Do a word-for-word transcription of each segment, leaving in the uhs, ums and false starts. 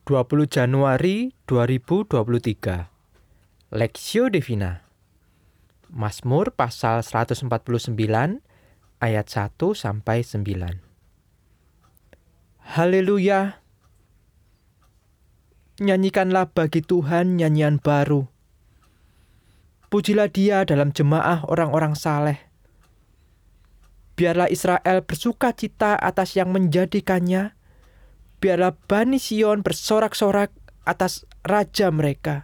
dua puluh Januari dua ribu dua puluh tiga. Lexio Divina. Mazmur pasal seratus empat puluh sembilan ayat satu sampai sembilan. Haleluya. Nyanyikanlah bagi Tuhan nyanyian baru. Pujilah Dia dalam jemaah orang-orang saleh. Biarlah Israel bersuka cita atas yang menjadikannya. Biarlah Bani Sion bersorak-sorak atas raja mereka.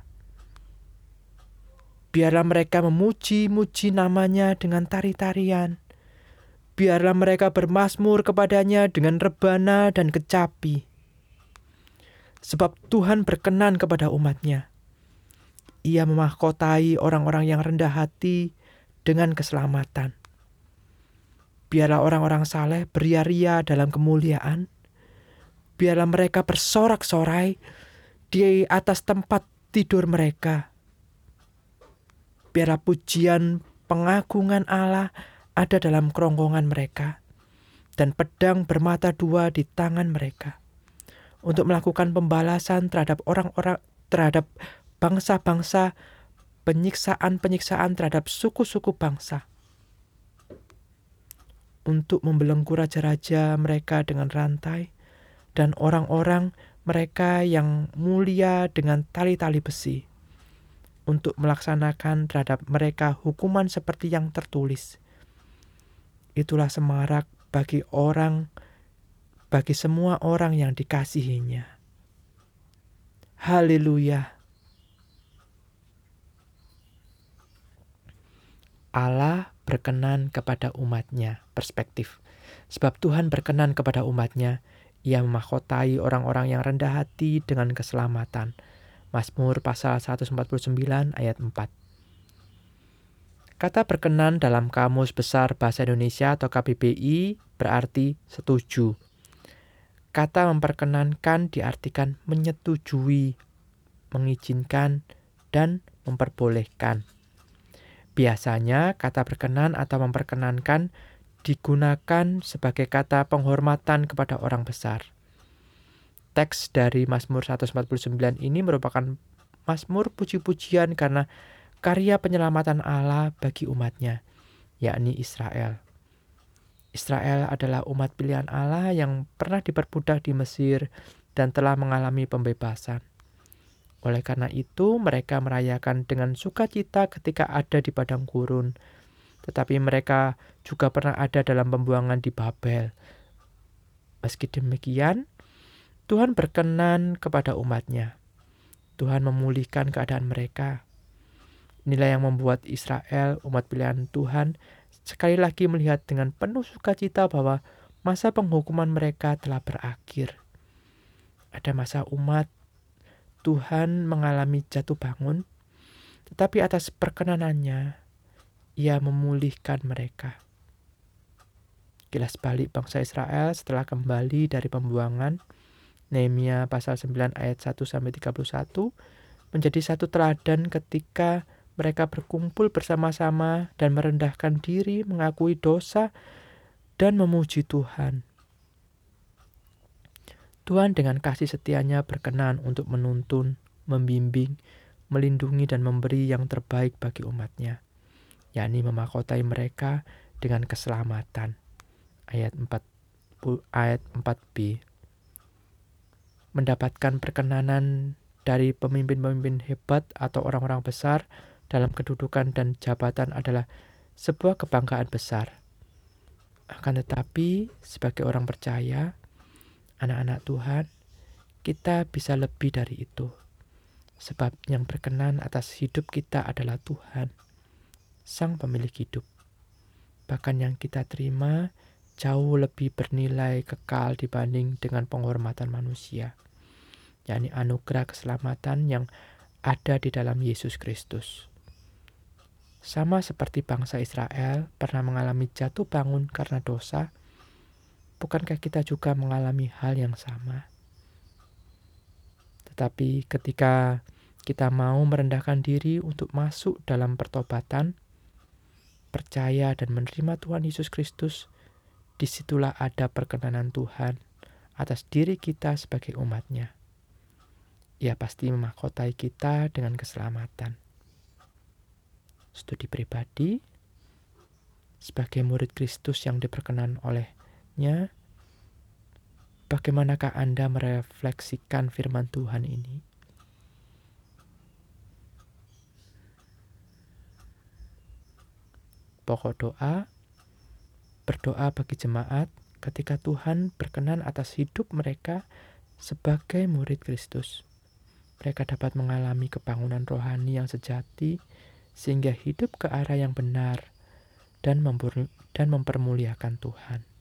Biarlah mereka memuji-muji namanya dengan tari-tarian. Biarlah mereka bermazmur kepadanya dengan rebana dan kecapi. Sebab Tuhan berkenan kepada umat-Nya. Ia memahkotai orang-orang yang rendah hati dengan keselamatan. Biarlah orang-orang saleh beria-ria dalam kemuliaan. Biarlah mereka bersorak-sorai di atas tempat tidur mereka. Biarlah pujian pengagungan Allah ada dalam kerongkongan mereka, dan pedang bermata dua di tangan mereka, untuk melakukan pembalasan terhadap orang-orang, terhadap bangsa-bangsa, penyiksaan-penyiksaan terhadap suku-suku bangsa, untuk membelenggu raja-raja mereka dengan rantai, dan orang-orang mereka yang mulia dengan tali-tali besi, untuk melaksanakan terhadap mereka hukuman seperti yang tertulis. Itulah semarak bagi orang, bagi semua orang yang dikasihinya. Haleluya. Allah berkenan kepada umat-Nya. Perspektif. Sebab Tuhan berkenan kepada umat-Nya. Ia memahkotai orang-orang yang rendah hati dengan keselamatan. Mazmur pasal seratus empat puluh sembilan ayat empat. Kata berkenan dalam Kamus Besar Bahasa Indonesia atau K B B I berarti setuju. Kata memperkenankan diartikan menyetujui, mengizinkan, dan memperbolehkan. Biasanya kata berkenan atau memperkenankan digunakan sebagai kata penghormatan kepada orang besar. Teks dari Mazmur seratus empat puluh sembilan ini merupakan mazmur puji-pujian karena karya penyelamatan Allah bagi umat-Nya, yakni Israel. Israel adalah umat pilihan Allah yang pernah diperbudak di Mesir dan telah mengalami pembebasan. Oleh karena itu, mereka merayakan dengan sukacita ketika ada di padang gurun. Tetapi mereka juga pernah ada dalam pembuangan di Babel. Meski demikian, Tuhan berkenan kepada umat-Nya. Tuhan memulihkan keadaan mereka. Inilah yang membuat Israel, umat pilihan Tuhan, sekali lagi melihat dengan penuh sukacita bahwa masa penghukuman mereka telah berakhir. Ada masa umat Tuhan mengalami jatuh bangun, tetapi atas perkenanannya, Ia memulihkan mereka. Kilas balik bangsa Israel setelah kembali dari pembuangan, Nehemia pasal sembilan ayat satu sampai tiga puluh satu menjadi satu teladan ketika mereka berkumpul bersama-sama dan merendahkan diri, mengakui dosa, dan memuji Tuhan. Tuhan dengan kasih setia-Nya berkenan untuk menuntun, membimbing, melindungi, dan memberi yang terbaik bagi umat-Nya, yakni memahkotai mereka dengan keselamatan. Ayat empat, ayat empat b. Mendapatkan perkenanan dari pemimpin-pemimpin hebat atau orang-orang besar dalam kedudukan dan jabatan adalah sebuah kebanggaan besar. Akan tetapi, sebagai orang percaya, anak-anak Tuhan, kita bisa lebih dari itu. Sebab yang berkenan atas hidup kita adalah Tuhan, Sang Pemilik hidup. Bahkan yang kita terima jauh lebih bernilai kekal dibanding dengan penghormatan manusia, yakni anugerah keselamatan yang ada di dalam Yesus Kristus. Sama seperti bangsa Israel pernah mengalami jatuh bangun karena dosa, bukankah kita juga mengalami hal yang sama? Tetapi ketika kita mau merendahkan diri untuk masuk dalam pertobatan, percaya dan menerima Tuhan Yesus Kristus, disitulah ada perkenanan Tuhan atas diri kita sebagai umat-Nya. Ia pasti memahkotai kita dengan keselamatan. Studi pribadi, sebagai murid Kristus yang diperkenan olehnya, bagaimanakah Anda merefleksikan firman Tuhan ini? Pokok doa, berdoa bagi jemaat ketika Tuhan berkenan atas hidup mereka sebagai murid Kristus. Mereka dapat mengalami kebangunan rohani yang sejati sehingga hidup ke arah yang benar dan mempermuliakan Tuhan.